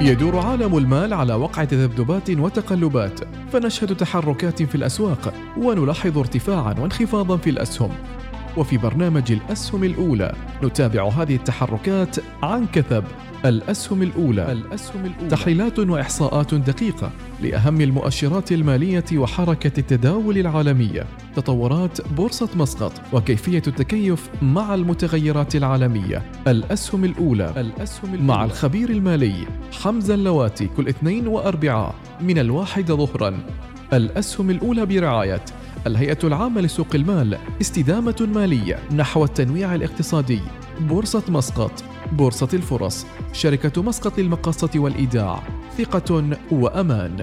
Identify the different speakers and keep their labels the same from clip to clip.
Speaker 1: يدور عالم المال على وقع تذبذبات وتقلبات، فنشهد تحركات في الأسواق ونلاحظ ارتفاعا وانخفاضا في الأسهم. وفي برنامج الأسهم الأولى نتابع هذه التحركات عن كثب. الأسهم الأولى تحليلات وإحصاءات دقيقة لأهم المؤشرات المالية وحركة التداول العالمية، تطورات بورصة مسقط وكيفية التكيف مع المتغيرات العالمية. الأسهم الأولى مع الخبير المالي حمزة اللواتي كل اثنين وأربعاء من 1 ظهرا. الأسهم الأولى برعاية الهيئة العامة لسوق المال، استدامة مالية نحو التنويع الاقتصادي. بورصة مسقط، بورصة الفرص، شركة مسقط للمقاصة والإيداع، ثقة وأمان.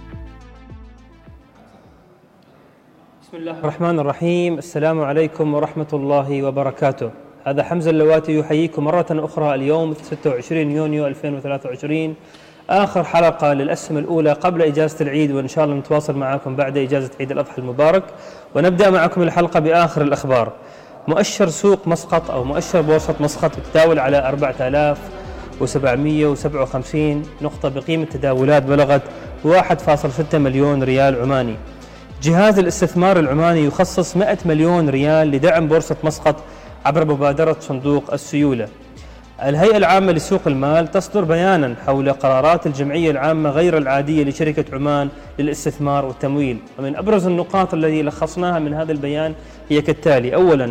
Speaker 2: بسم الله الرحمن الرحيم. السلام عليكم ورحمة الله وبركاته. هذا حمزة اللواتي يحييكم مرة أخرى اليوم 26 يونيو 2023، آخر حلقة للأسهم الأولى قبل إجازة العيد، وإن شاء الله نتواصل معكم بعد إجازة عيد الأضحى المبارك. ونبدأ معكم الحلقة بآخر الأخبار. مؤشر سوق مسقط أو مؤشر بورصة مسقط يتداول على 4757 نقطة بقيمة تداولات بلغت 1.6 مليون ريال عماني. جهاز الاستثمار العماني يخصص 100 مليون ريال لدعم بورصة مسقط عبر مبادرة صندوق السيولة. الهيئة العامة لسوق المال تصدر بيانا حول قرارات الجمعية العامة غير العادية لشركة عمان للاستثمار والتمويل. ومن أبرز النقاط التي لخصناها من هذا البيان هي كالتالي: أولا،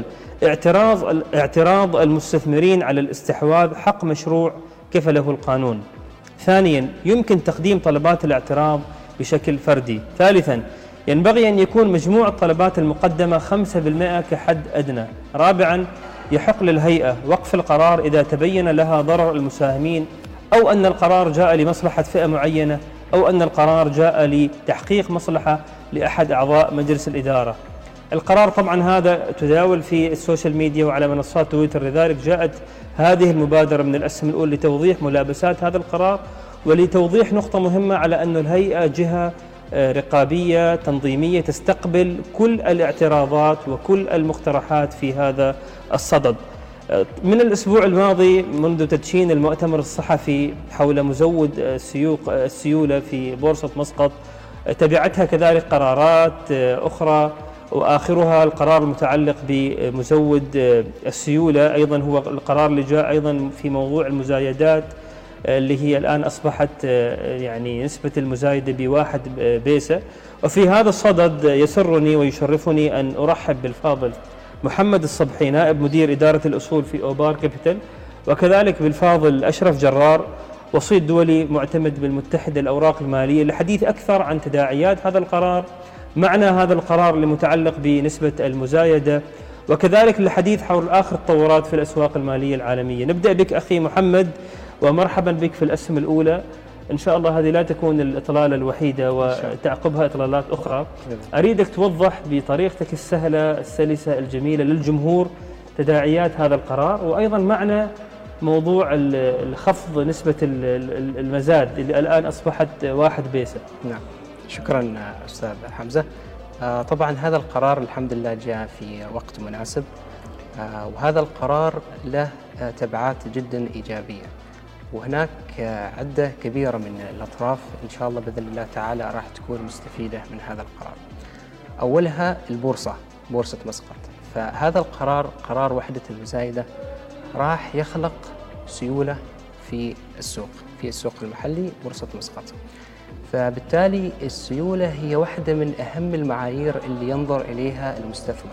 Speaker 2: اعتراض المستثمرين على الاستحواذ حق مشروع كفله القانون. ثانيا، يمكن تقديم طلبات الاعتراض بشكل فردي. ثالثا، ينبغي أن يكون مجموع الطلبات المقدمة 5% كحد أدنى. رابعا، يحق للهيئة وقف القرار إذا تبين لها ضرر المساهمين، أو أن القرار جاء لمصلحة فئة معينة، أو أن القرار جاء لتحقيق مصلحة لأحد أعضاء مجلس الإدارة. القرار طبعا هذا تداول في السوشيال ميديا وعلى منصات تويتر، لذلك جاءت هذه المبادرة من الأسهم الأولى لتوضيح ملابسات هذا القرار، ولتوضيح نقطة مهمة على أن الهيئة جهة رقابية تنظيمية تستقبل كل الاعتراضات وكل المقترحات في هذا الصدد. من الأسبوع الماضي منذ تدشين المؤتمر الصحفي حول مزود السيولة في بورصة مسقط، تبعتها كذلك قرارات أخرى، وآخرها القرار المتعلق بمزود السيولة. أيضا هو القرار اللي جاء أيضا في موضوع المزايدات، اللي هي الآن أصبحت يعني نسبة المزايدة ب1 بيسة. وفي هذا الصدد يسرني ويشرفني أن أرحب بالفاضل محمد الصبحي، نائب مدير إدارة الأصول في أوبار كابيتال، وكذلك بالفاضل أشرف جرار، وسيط دولي معتمد بالمتحدة الأوراق المالية، للحديث أكثر عن تداعيات هذا القرار، معنى هذا القرار المتعلق بنسبة المزايدة، وكذلك للحديث حول آخر التطورات في الأسواق المالية العالمية. نبدأ بك أخي محمد، ومرحبا بك في الأسهم الأولى. إن شاء الله هذه لا تكون الإطلالة الوحيدة وتعقبها إطلالات أخرى. أريدك توضح بطريقتك السهلة السلسة الجميلة للجمهور تداعيات هذا القرار، وأيضا معنى موضوع الخفض نسبة المزاد اللي الآن أصبحت 1 بيسة.
Speaker 3: نعم، شكرا أستاذ حمزة. طبعا هذا القرار الحمد لله جاء في وقت مناسب، وهذا القرار له تبعات جدا إيجابية، وهناك عدة كبيرة من الأطراف إن شاء الله بإذن الله تعالى راح تكون مستفيدة من هذا القرار. أولها بورصة مسقط. فهذا القرار، قرار وحدة المزايدة، راح يخلق سيولة في السوق المحلي بورصة مسقط. فبالتالي السيولة هي واحدة من أهم المعايير اللي ينظر إليها المستثمر،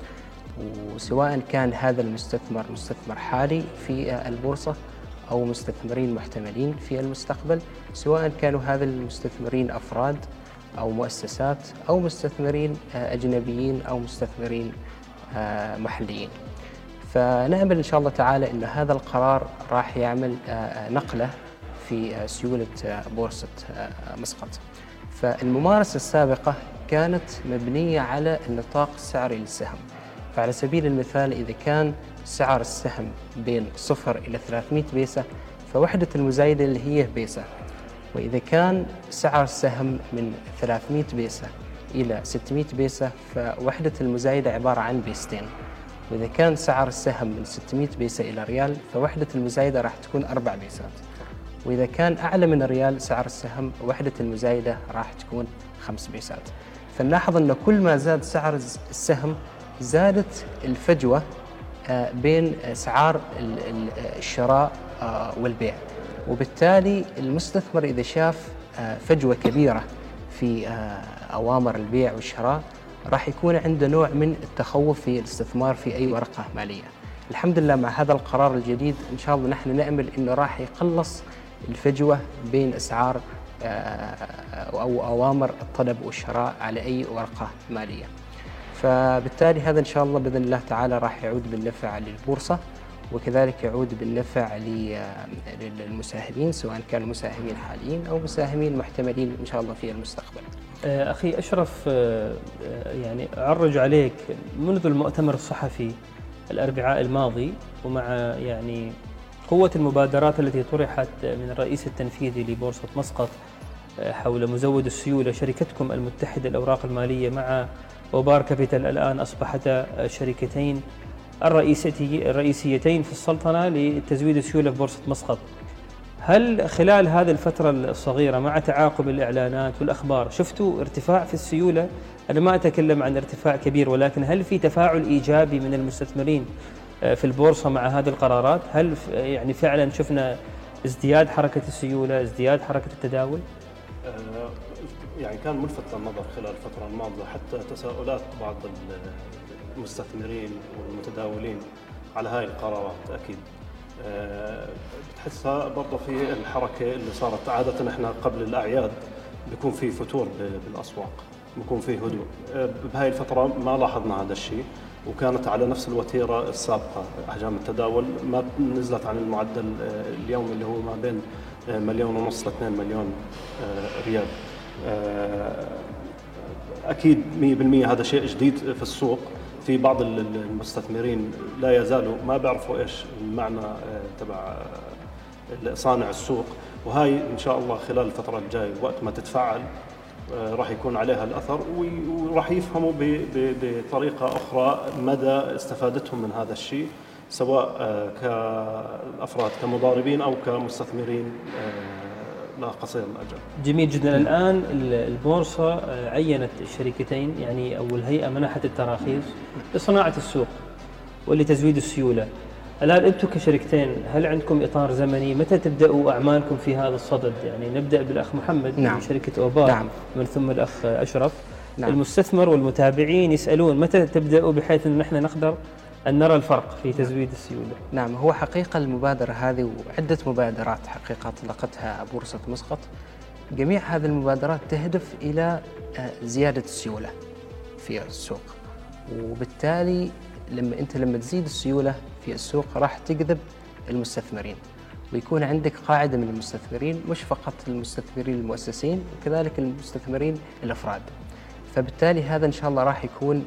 Speaker 3: وسواء كان هذا المستثمر مستثمر حالي في البورصة أو مستثمرين محتملين في المستقبل، سواء كانوا هذا المستثمرين أفراد أو مؤسسات أو مستثمرين أجنبيين أو مستثمرين محليين. فنأمل إن شاء الله تعالى أن هذا القرار راح يعمل نقلة في سيولة بورصة مسقط. فالممارسة السابقة كانت مبنية على النطاق السعري للسهم. فعلى سبيل المثال، إذا كان سعر السهم بين 0 إلى 300 بيسة فوحدة المزايدة اللي هي بيسة، وإذا كان سعر السهم من 300 بيسة إلى 600 بيسة فوحدة المزايدة عبارة عن بيستين، وإذا كان سعر السهم من 600 بيسة إلى ريال فوحدة المزايدة راح تكون 4 بيسات. وإذا كان أعلى من الريال سعر السهم وحدة المزايدة راح تكون 5 بيسات. فنلاحظ أن كل ما زاد سعر السهم زادت الفجوة بين أسعار الشراء والبيع، وبالتالي المستثمر إذا شاف فجوة كبيرة في أوامر البيع والشراء راح يكون عنده نوع من التخوف في الاستثمار في أي ورقة مالية. الحمد لله مع هذا القرار الجديد إن شاء الله نحن نأمل أنه راح يقلص الفجوة بين أسعار أو أوامر الطلب والشراء على أي ورقة مالية. فبالتالي هذا إن شاء الله بإذن الله تعالى راح يعود بالنفع للبورصة، وكذلك يعود بالنفع للمساهمين سواء كانوا مساهمين حاليين أو مساهمين محتملين إن شاء الله في المستقبل.
Speaker 2: أخي أشرف، يعني أعرج عليك منذ المؤتمر الصحفي الأربعاء الماضي، ومع يعني قوة المبادرات التي طرحت من الرئيس التنفيذي لبورصة مسقط حول مزود السيولة، شركتكم المتحدة الأوراق المالية مع وبار كابيتال الآن أصبحتا الشركتين الرئيسيتين في السلطنة لتزويد السيولة في بورصة مسقط. هل خلال هذه الفترة الصغيرة مع تعاقب الإعلانات والأخبار شفتوا ارتفاع في السيولة؟ أنا ما أتكلم عن ارتفاع كبير، ولكن هل في تفاعل إيجابي من المستثمرين في البورصة مع هذه القرارات؟ هل يعني فعلا شفنا ازدياد حركة السيولة، ازدياد حركة التداول؟
Speaker 4: يعني كان ملفت للنظر خلال الفترة الماضية حتى تساؤلات بعض المستثمرين والمتداولين على هاي القرارات. أكيد بتحسها برضه في الحركة اللي صارت. عادة احنا قبل الأعياد بيكون في فتور بالأسواق، بيكون في هدوء. بهاي الفترة ما لاحظنا هذا الشيء، وكانت على نفس الوتيرة السابقة. أحجام التداول ما نزلت عن المعدل اليومي اللي هو ما بين 1.5 مليون ل 2 مليون ريال. أكيد 100% هذا شيء جديد في السوق. في بعض المستثمرين لا يزالوا ما بيعرفوا إيش المعنى تبع صانع السوق، وهاي إن شاء الله خلال الفترة الجاية وقت ما تتفعل راح يكون عليها الأثر، وراح يفهموا بطريقة أخرى مدى استفادتهم من هذا الشيء، سواء كأفراد كمضاربين أو كمستثمرين لا قصير الأجل.
Speaker 2: جميل جدا. الآن البورصة عينت الشركتين، يعني أو الهيئة منحت التراخيص لصناعة السوق ولتزويد السيولة. الآن أنتم كشركتين هل عندكم إطار زمني متى تبدأوا أعمالكم في هذا الصدد؟ يعني نبدأ بالأخ محمد من شركة أوبار، من ثم الأخ أشرف. المستثمر والمتابعين يسألون متى تبدأوا بحيث أن نحن نقدر أن نرى الفرق في تزويد السيولة.
Speaker 3: نعم، هو حقيقة المبادرة هذه وعدة مبادرات حقيقة أطلقتها بورصة مسقط، جميع هذه المبادرات تهدف إلى زيادة السيولة في السوق، وبالتالي لما تزيد السيولة في السوق راح تجذب المستثمرين، ويكون عندك قاعدة من المستثمرين، مش فقط المستثمرين المؤسسين وكذلك المستثمرين الأفراد. فبالتالي هذا إن شاء الله راح يكون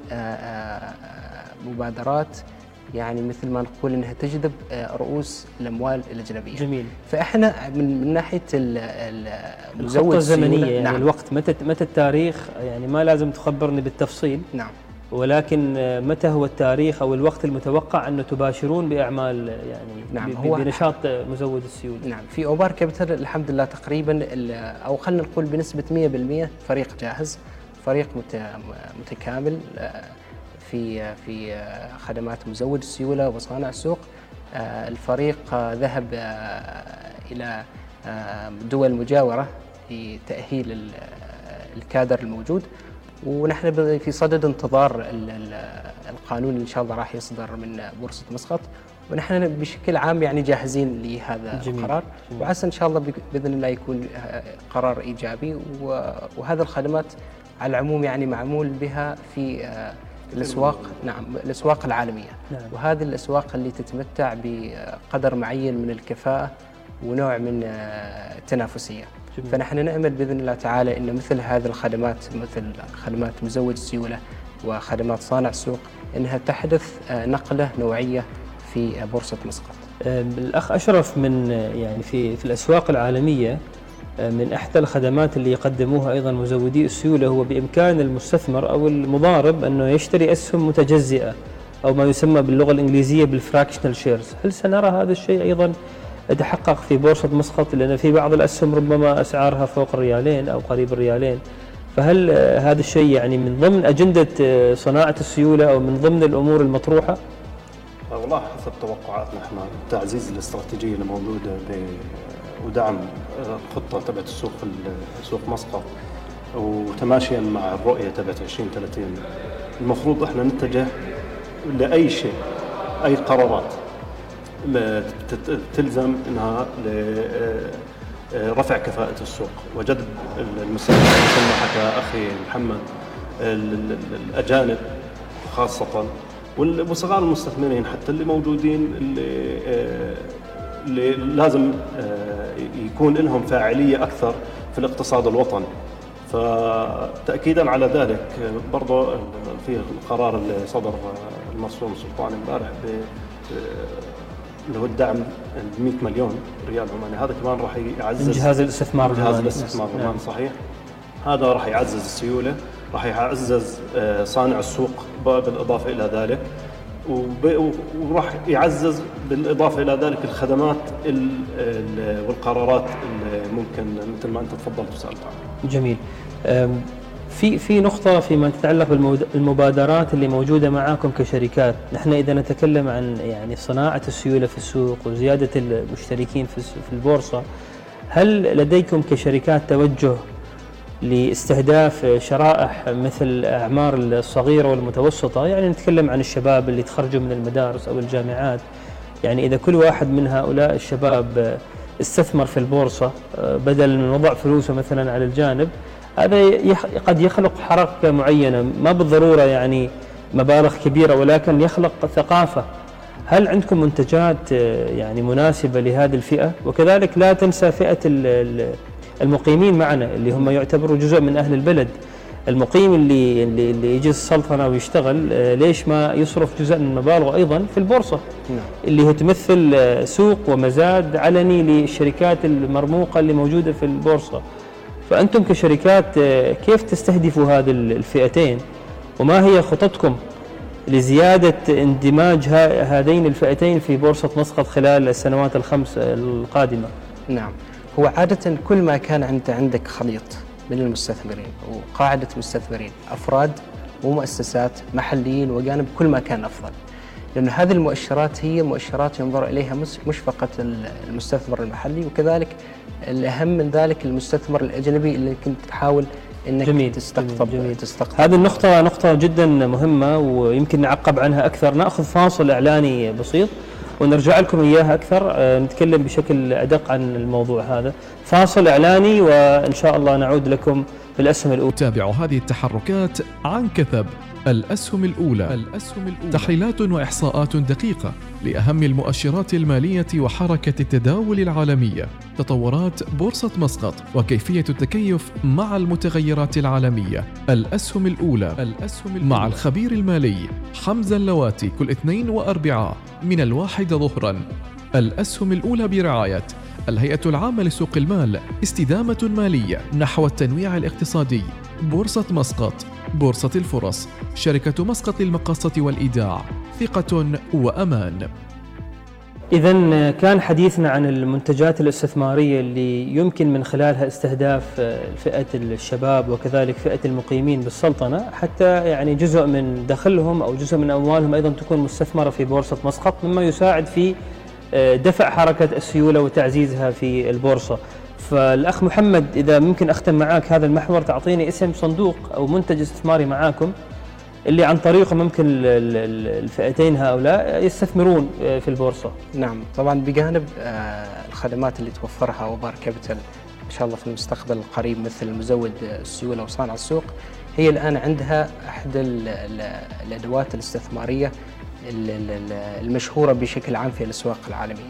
Speaker 3: مبادرات يعني مثل ما نقول انها تجذب رؤوس الاموال الاجنبيه.
Speaker 2: جميل.
Speaker 3: فاحنا من ناحيه
Speaker 2: الخطه الزمنيه، يعني نعم. الوقت متى التاريخ، يعني ما لازم تخبرني بالتفصيل.
Speaker 3: نعم.
Speaker 2: ولكن متى هو التاريخ او الوقت المتوقع انه تباشرون باعمال يعني
Speaker 3: نعم
Speaker 2: بنشاط مزود السيوله؟
Speaker 3: نعم، في اوبار كابيتال الحمد لله تقريبا او خلينا نقول بنسبه 100% فريق جاهز، فريق متكامل في خدمات مزود السيولة وصانع السوق. الفريق ذهب إلى دول مجاورة لتأهيل الكادر الموجود، ونحن في صدد انتظار القانون إن شاء الله راح يصدر من بورصة مسقط، ونحن بشكل عام يعني جاهزين لهذا القرار، وعسى إن شاء الله بإذن الله يكون قرار إيجابي. وهذا الخدمات على العموم يعني معمول بها في الأسواق، نعم الأسواق العالمية.
Speaker 2: نعم.
Speaker 3: وهذه الأسواق اللي تتمتع بقدر معين من الكفاءة ونوع من التنافسية. فنحن نأمل بإذن الله تعالى أن مثل هذه الخدمات، مثل خدمات مزود السيولة وخدمات صانع السوق، أنها تحدث نقلة نوعية في بورصة مسقط.
Speaker 2: الأخ أشرف، من يعني في الأسواق العالمية من أحدى الخدمات اللي يقدموها أيضا مزودي السيولة هو بإمكان المستثمر أو المضارب أنه يشتري أسهم متجزئة أو ما يسمى باللغة الإنجليزية بالفراكشنال شيرز. هل سنرى هذا الشيء أيضا تحقق في بورصة مسقط؟ لأن في بعض الأسهم ربما أسعارها فوق الريالين أو قريب الريالين، فهل هذا الشيء يعني من ضمن أجندة صناعة السيولة أو من ضمن الأمور المطروحة؟
Speaker 4: والله حسب توقعاتنا احنا تعزيز الاستراتيجية الموجودة ودعم الخطة تبعت السوق في سوق مسقط وتماشيا مع الرؤية تبعت 2030 المفروض احنا نتجه لأي شيء، أي قرارات تلزم انها لرفع كفاءة السوق وجذب المستثمرين مثل ما حكى اخي محمد، الاجانب خاصة والصغار المستثمرين حتى اللي موجودين اللي لازم يكون لهم فاعلية اكثر في الاقتصاد الوطني. فتأكيدا على ذلك برضه في القرار اللي صدر المرسوم السلطاني امبارح اللي هو الدعم 100 مليون ريال عماني، هذا كمان راح يعزز
Speaker 2: جهاز الاستثمار
Speaker 4: العماني. صحيح، هذا راح يعزز السيولة، راح يعزز صانع السوق بالإضافة إلى ذلك، وراح يعزز بالإضافة إلى ذلك الخدمات والقرارات اللي ممكن مثل ما أنت تفضلت وسألت عنها.
Speaker 2: جميل. في نقطة فيما تتعلق بالمبادرات اللي موجودة معاكم كشركات. نحن إذا نتكلم عن يعني صناعة السيولة في السوق وزيادة المشتركين في البورصة، هل لديكم كشركات توجه لاستهداف شرائح مثل الأعمار الصغيرة والمتوسطة؟ يعني نتكلم عن الشباب اللي تخرجوا من المدارس أو الجامعات، يعني إذا كل واحد من هؤلاء الشباب استثمر في البورصة بدل من وضع فلوسه مثلا على الجانب، هذا قد يخلق حركة معينة، ما بالضرورة يعني مبالغ كبيرة، ولكن يخلق ثقافة. هل عندكم منتجات يعني مناسبة لهذه الفئة؟ وكذلك لا تنسى فئة المقيمين معنا اللي هم يعتبروا جزء من أهل البلد. المقيم اللي يجي السلطنة ويشتغل، ليش ما يصرف جزء من مبالغه أيضا في البورصة اللي هو تمثل سوق ومزاد علني للشركات المرموقة اللي موجودة في البورصة؟ فأنتم كشركات كيف تستهدفوا هذه الفئتين، وما هي خططكم لزيادة اندماج هذين الفئتين في بورصة مسقط خلال السنوات الخمس القادمة؟
Speaker 3: نعم، هو عادة كل ما كان عندك خليط من المستثمرين وقاعدة مستثمرين أفراد ومؤسسات محليين وجانب، كل ما كان أفضل، لأن هذه المؤشرات هي مؤشرات ينظر إليها مش فقط المستثمر المحلي، وكذلك الأهم من ذلك المستثمر الأجنبي اللي كنت تحاول إنك تستقطب.
Speaker 2: هذه النقطة نقطة جدا مهمة، ويمكن نعقب عنها أكثر. نأخذ فاصل إعلاني بسيط ونرجع لكم إياها أكثر، نتكلم بشكل أدق عن الموضوع هذا. فاصل إعلاني وإن شاء الله نعود لكم بالأسهم الأولى.
Speaker 1: تابعوا هذه التحركات عن كثب. الأسهم الأولى. تحليلات وإحصاءات دقيقة لأهم المؤشرات المالية وحركة التداول العالمية، تطورات بورصة مسقط وكيفية التكيف مع المتغيرات العالمية. الأسهم الأولى مع الخبير المالي حمزة اللواتي كل اثنين وأربعاء من 1 ظهرا. الأسهم الأولى برعاية الهيئة العامة لسوق المال، استدامة مالية نحو التنويع الاقتصادي. بورصة مسقط، بورصة الفرص، شركة مسقط للمقاصة والإيداع، ثقة وأمان.
Speaker 2: إذن كان حديثنا عن المنتجات الاستثمارية اللي يمكن من خلالها استهداف فئة الشباب وكذلك فئة المقيمين بالسلطنة، حتى يعني جزء من دخلهم أو جزء من أموالهم أيضا تكون مستثمرة في بورصة مسقط، مما يساعد في دفع حركة السيولة وتعزيزها في البورصة. فالأخ محمد، إذا ممكن أختم معاك هذا المحور، تعطيني اسم صندوق أو منتج استثماري معاكم اللي عن طريقه ممكن الفئتين هؤلاء يستثمرون في البورصة.
Speaker 3: نعم، طبعا بجانب الخدمات اللي توفرها وبار كابيتال إن شاء الله في المستقبل القريب مثل مزود السيولة وصانع السوق، هي الآن عندها أحد الأدوات الاستثمارية المشهورة بشكل عام في الأسواق العالمية.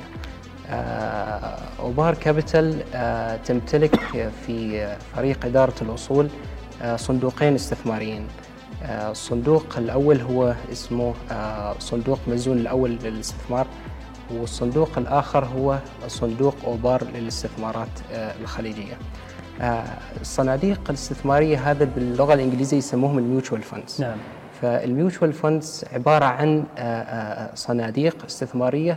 Speaker 3: وبار كابيتال تمتلك في فريق إدارة الأصول صندوقين استثماريين. الصندوق الأول هو اسمه صندوق مزون الأول للاستثمار، والصندوق الآخر هو صندوق أوبار للاستثمارات الخليجية. الصناديق الاستثمارية هذا باللغة الإنجليزية يسموهم الميوتشوال فاندز.
Speaker 2: نعم.
Speaker 3: فالميوتشوال فاندز عبارة عن صناديق استثمارية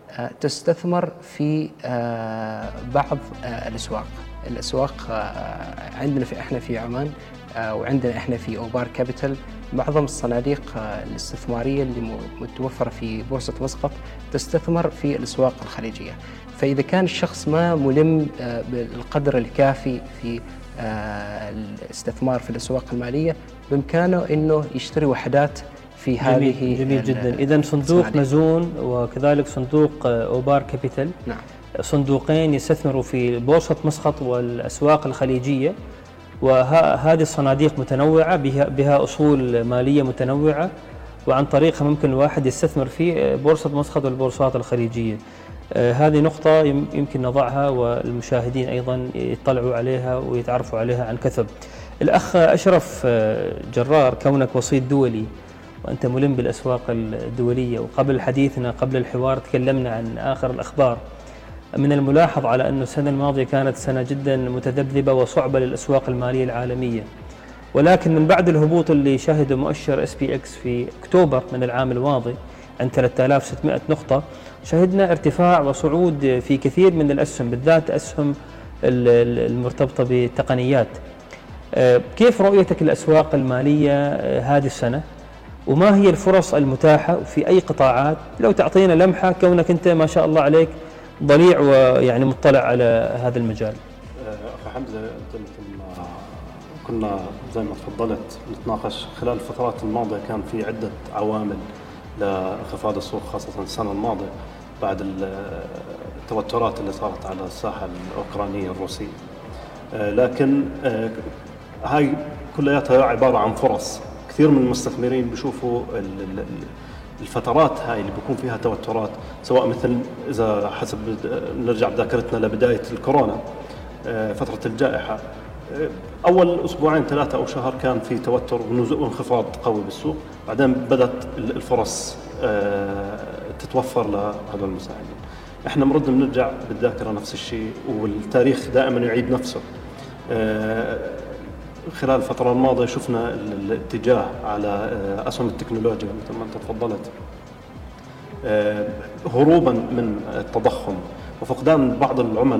Speaker 3: تستثمر في بعض الأسواق عندنا احنا في عمان، وعندنا احنا في أوبار كابيتال معظم الصناديق الاستثمارية اللي متوفرة في بورصة مسقط تستثمر في الأسواق الخليجية. فإذا كان الشخص ما ملم بالقدر الكافي في الاستثمار في الأسواق المالية بإمكانه أنه يشتري وحدات في هذه.
Speaker 2: جميل جدا. إذن صندوق مزون وكذلك صندوق أوبار كابيتال،
Speaker 3: نعم،
Speaker 2: صندوقين يستثمروا في بورصة مسقط والأسواق الخليجية، وهذه الصناديق متنوعة بها أصول مالية متنوعة، وعن طريقها ممكن الواحد يستثمر في بورصة مسقط والبورصات الخليجية. هذه نقطة يمكن نضعها والمشاهدين أيضا يطلعوا عليها ويتعرفوا عليها عن كثب. الأخ أشرف جرار، كونك وسيط دولي وأنت ملم بالأسواق الدولية، وقبل حديثنا قبل الحوار تكلمنا عن آخر الأخبار، من الملاحظ على أن السنة الماضية كانت سنة جدا متذبذبة وصعبة للأسواق المالية العالمية، ولكن من بعد الهبوط اللي شهده مؤشر SPX في أكتوبر من العام الماضي عند 3600 نقطة، شهدنا ارتفاع وصعود في كثير من الأسهم، بالذات أسهم المرتبطة بالتقنيات. كيف رؤيتك الأسواق المالية هذه السنة، وما هي الفرص المتاحة في أي قطاعات؟ لو تعطينا لمحة كونك أنت ما شاء الله عليك ضليع ويعني مطلع على هذا المجال.
Speaker 4: أخي حمزة، مثل ما كنا زي ما تفضلت نتناقش خلال الفترات الماضية، كان في عدة عوامل لانخفاض السوق خاصة السنة الماضية بعد التوترات اللي صارت على الساحة الأوكرانية الروسية، لكن هاي كلياتها عبارة عن فرص. كثير من المستثمرين بيشوفوا الفترات هاي اللي بيكون فيها توترات، سواء مثل إذا حسب نرجع بذاكرتنا لبداية الكورونا، فترة الجائحة، أول أسبوعين 3 أو شهر كان في توتر وانخفاض قوي بالسوق، بعدين بدأت الفرص تتوفر لهذول المساعدين. احنا بنرجع بالذاكرة نفس الشيء، والتاريخ دائما يعيد نفسه. خلال الفترة الماضية شفنا الاتجاه على أسهم التكنولوجيا مثل ما أنت تفضلت، هروبا من التضخم وفقدان بعض العمل،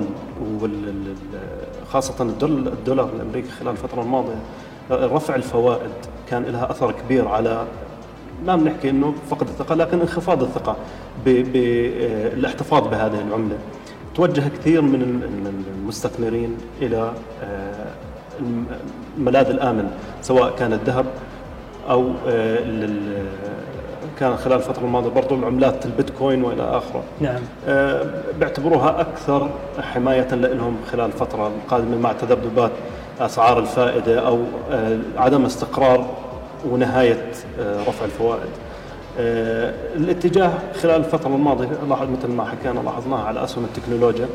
Speaker 4: خاصة الدولار الأمريكي خلال الفترة الماضية. رفع الفوائد كان لها أثر كبير على، ما بنحكي إنه فقد الثقة، لكن انخفاض الثقة بالاحتفاظ بهذه العملة. توجه كثير من المستثمرين إلى الملاذ الآمن، سواء كان الذهب أو كان خلال الفترة الماضية برضو العملات البيتكوين وإلى آخره.
Speaker 2: نعم.
Speaker 4: بيعتبروها أكثر حماية لهم خلال الفترة القادمة مع تذبذبات أسعار الفائدة أو عدم استقرار ونهاية رفع الفوائد. الاتجاه خلال الفترة الماضية مثل ما حكينا لاحظناها على أسهم التكنولوجيا،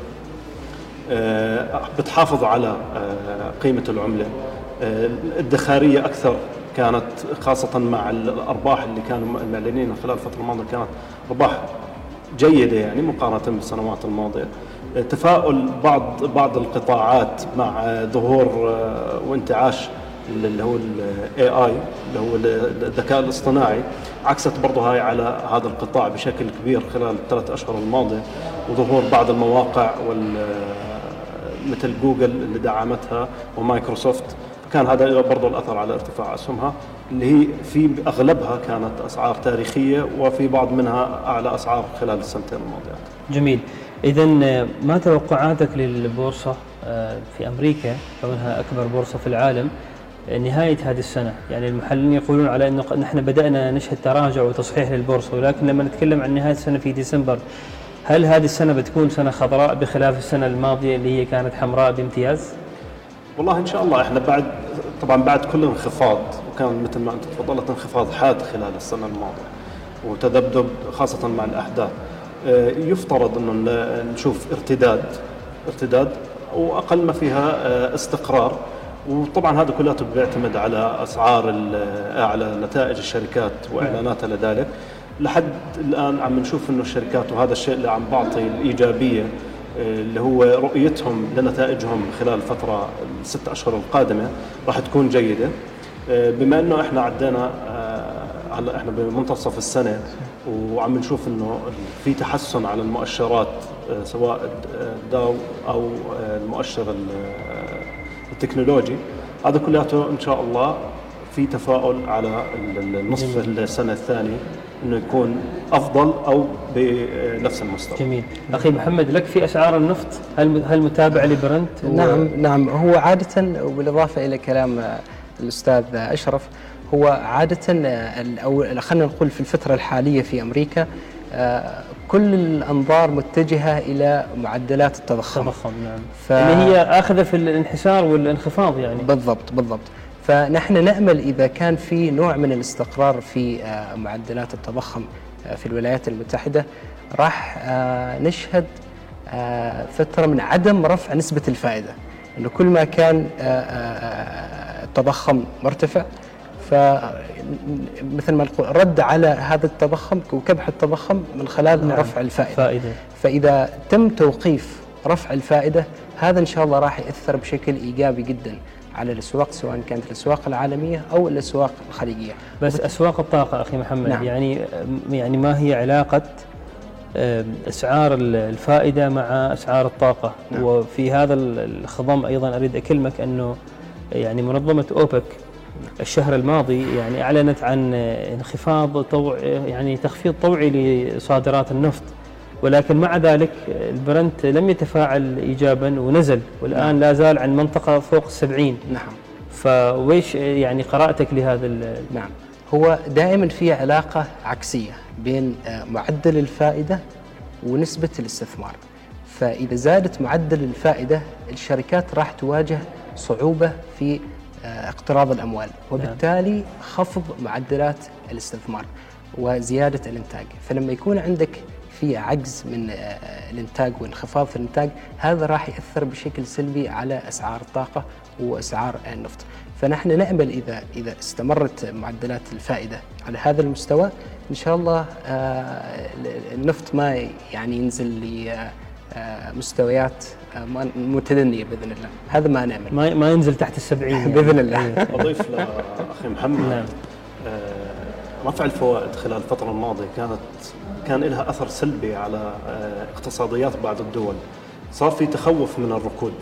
Speaker 4: بتحافظ على قيمة العملة. الادخارية أكثر كانت، خاصة مع الأرباح اللي كانوا معلنين خلال الفترة الماضية، كانت أرباح جيدة يعني مقارنة بالسنوات الماضية. تفاؤل بعض القطاعات مع ظهور وانتعاش اللي هو AI اللي هو الذكاء الاصطناعي، عكست برضه هاي على هذا القطاع بشكل كبير خلال ال3 أشهر الماضية، وظهور بعض المواقع مثل جوجل اللي دعمتها ومايكروسوفت، كان هذا برضه الأثر على ارتفاع أسهمها، اللي هي في أغلبها كانت أسعار تاريخية، وفي بعض منها أعلى أسعار خلال السنتين الماضيات.
Speaker 2: جميل. إذن ما توقعاتك للبورصة في أمريكا كونها أكبر بورصة في العالم نهاية هذه السنة؟ يعني المحللين يقولون على أنه نحن بدأنا نشهد تراجع وتصحيح للبورصة، ولكن لما نتكلم عن نهاية السنة في ديسمبر، هل هذه السنة بتكون سنة خضراء بخلاف السنة الماضية اللي هي كانت حمراء بامتياز؟
Speaker 4: والله إن شاء الله. إحنا بعد كل انخفاض، وكان مثل ما أنت تفضلت انخفاض حاد خلال السنة الماضية وتذبذب خاصة مع الأحداث، يفترض أنه نشوف ارتداد وأقل ما فيها استقرار. وطبعا هذا كله بيعتمد على أسعار، على نتائج الشركات وإعلاناتها لذلك. لحد الآن عم نشوف أنه الشركات، وهذا الشيء اللي عم بعطي الإيجابية، اللي هو رؤيتهم لنتائجهم خلال الفترة 6 أشهر القادمة راح تكون جيدة. بما أنه إحنا عدينا هلا إحنا بمنتصف السنة، وعم نشوف انه في تحسن على المؤشرات سواء الداو او المؤشر التكنولوجي. هذا كلياته ان شاء الله في تفاؤل على النصف السنه الثاني انه يكون افضل او بنفس المستوى.
Speaker 2: جميل. اخي محمد، لك في اسعار النفط هل متابع لبرنت؟
Speaker 3: نعم هو عاده، وبالاضافه الى كلام الاستاذ اشرف، هو عاده او خلينا نقول في الفتره الحاليه في امريكا كل الانظار متجهه الى معدلات التضخم.
Speaker 2: نعم. اللي هي اخذه في الانحسار والانخفاض يعني.
Speaker 3: بالضبط. فنحن نأمل إذا كان في نوع من الاستقرار في معدلات التضخم في الولايات المتحدة، راح نشهد فترة من عدم رفع نسبة الفائدة، إنه كل ما كان التضخم مرتفع فمثل ما نقول رد على هذا التضخم وكبح التضخم من خلال رفع الفائدة. فإذا تم توقيف رفع الفائدة، هذا إن شاء الله راح يأثر بشكل إيجابي جدا على الأسواق، سواء كانت الأسواق العالمية أو الأسواق الخليجية.
Speaker 2: بس أسواق الطاقة أخي محمد، نعم. يعني ما هي علاقة أسعار الفائدة مع أسعار الطاقة؟ نعم. وفي هذا الخضم أيضا أريد أكلمك أنه يعني منظمة أوبك الشهر الماضي يعني أعلنت عن انخفاض يعني تخفيض طوعي لصادرات النفط، ولكن مع ذلك البرنت لم يتفاعل إيجابا ونزل، والآن لا زال عن منطقة فوق 70.
Speaker 3: نعم.
Speaker 2: فويش يعني قراءتك لهذا؟
Speaker 3: نعم، هو دائما في علاقة عكسية بين معدل الفائدة ونسبة الاستثمار. فإذا زادت معدل الفائدة الشركات راح تواجه صعوبة في اقتراض الأموال، وبالتالي خفض معدلات الاستثمار وزيادة الإنتاج. فلما يكون عندك في عجز من الإنتاج وانخفاض في الإنتاج، هذا راح يأثر بشكل سلبي على أسعار الطاقة وأسعار النفط. فنحن نأمل إذا استمرت معدلات الفائدة على هذا المستوى إن شاء الله النفط ما يعني ينزل لمستويات متدنية بإذن الله. هذا ما نأمل،
Speaker 2: ما ينزل تحت 70 يعني.
Speaker 3: بإذن الله.
Speaker 4: أضيف لأخي محمد، نعم. رفع الفوائد خلال الفترة الماضية كان لها أثر سلبي على اقتصاديات بعض الدول. صار في تخوف من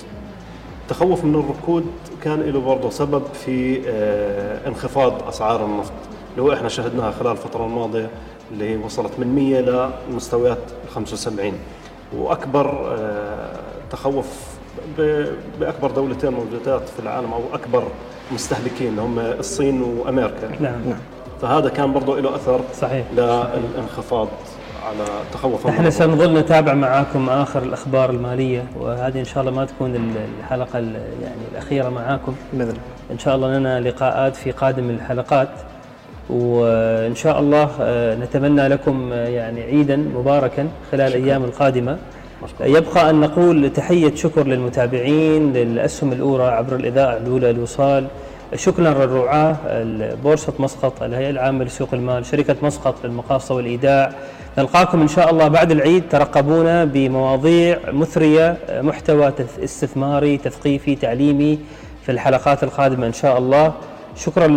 Speaker 4: الركود كان له برضه سبب في انخفاض أسعار النفط، اللي هو احنا شهدناها خلال الفترة الماضية، اللي وصلت من 100 لمستويات 75. وأكبر تخوف بأكبر دولتين موجودات في العالم أو أكبر مستهلكين هم الصين وأمريكا.
Speaker 2: نعم.
Speaker 4: فهذا كان برضه له أثر
Speaker 2: صحيح
Speaker 4: للانخفاض على تخوف.
Speaker 2: احنا سنظل نتابع معاكم آخر الأخبار المالية، وهذه إن شاء الله ما تكون الحلقة يعني الأخيرة معاكم. إن شاء الله لنا لقاءات في قادم الحلقات، وإن شاء الله نتمنى لكم يعني عيدا مباركا خلال الأيام القادمة. يبقى أن نقول تحية شكر للمتابعين للأسهم الأولى عبر الإذاعة الأولى الوصال. شكرا للرعاة بورصة مسقط، الهيئة العامة لسوق المال، شركة مسقط للمقاصة والإيداع. نلقاكم إن شاء الله بعد العيد. ترقبونا بمواضيع مثرية، محتوى استثماري تثقيفي تعليمي في الحلقات القادمة إن شاء الله. شكرا.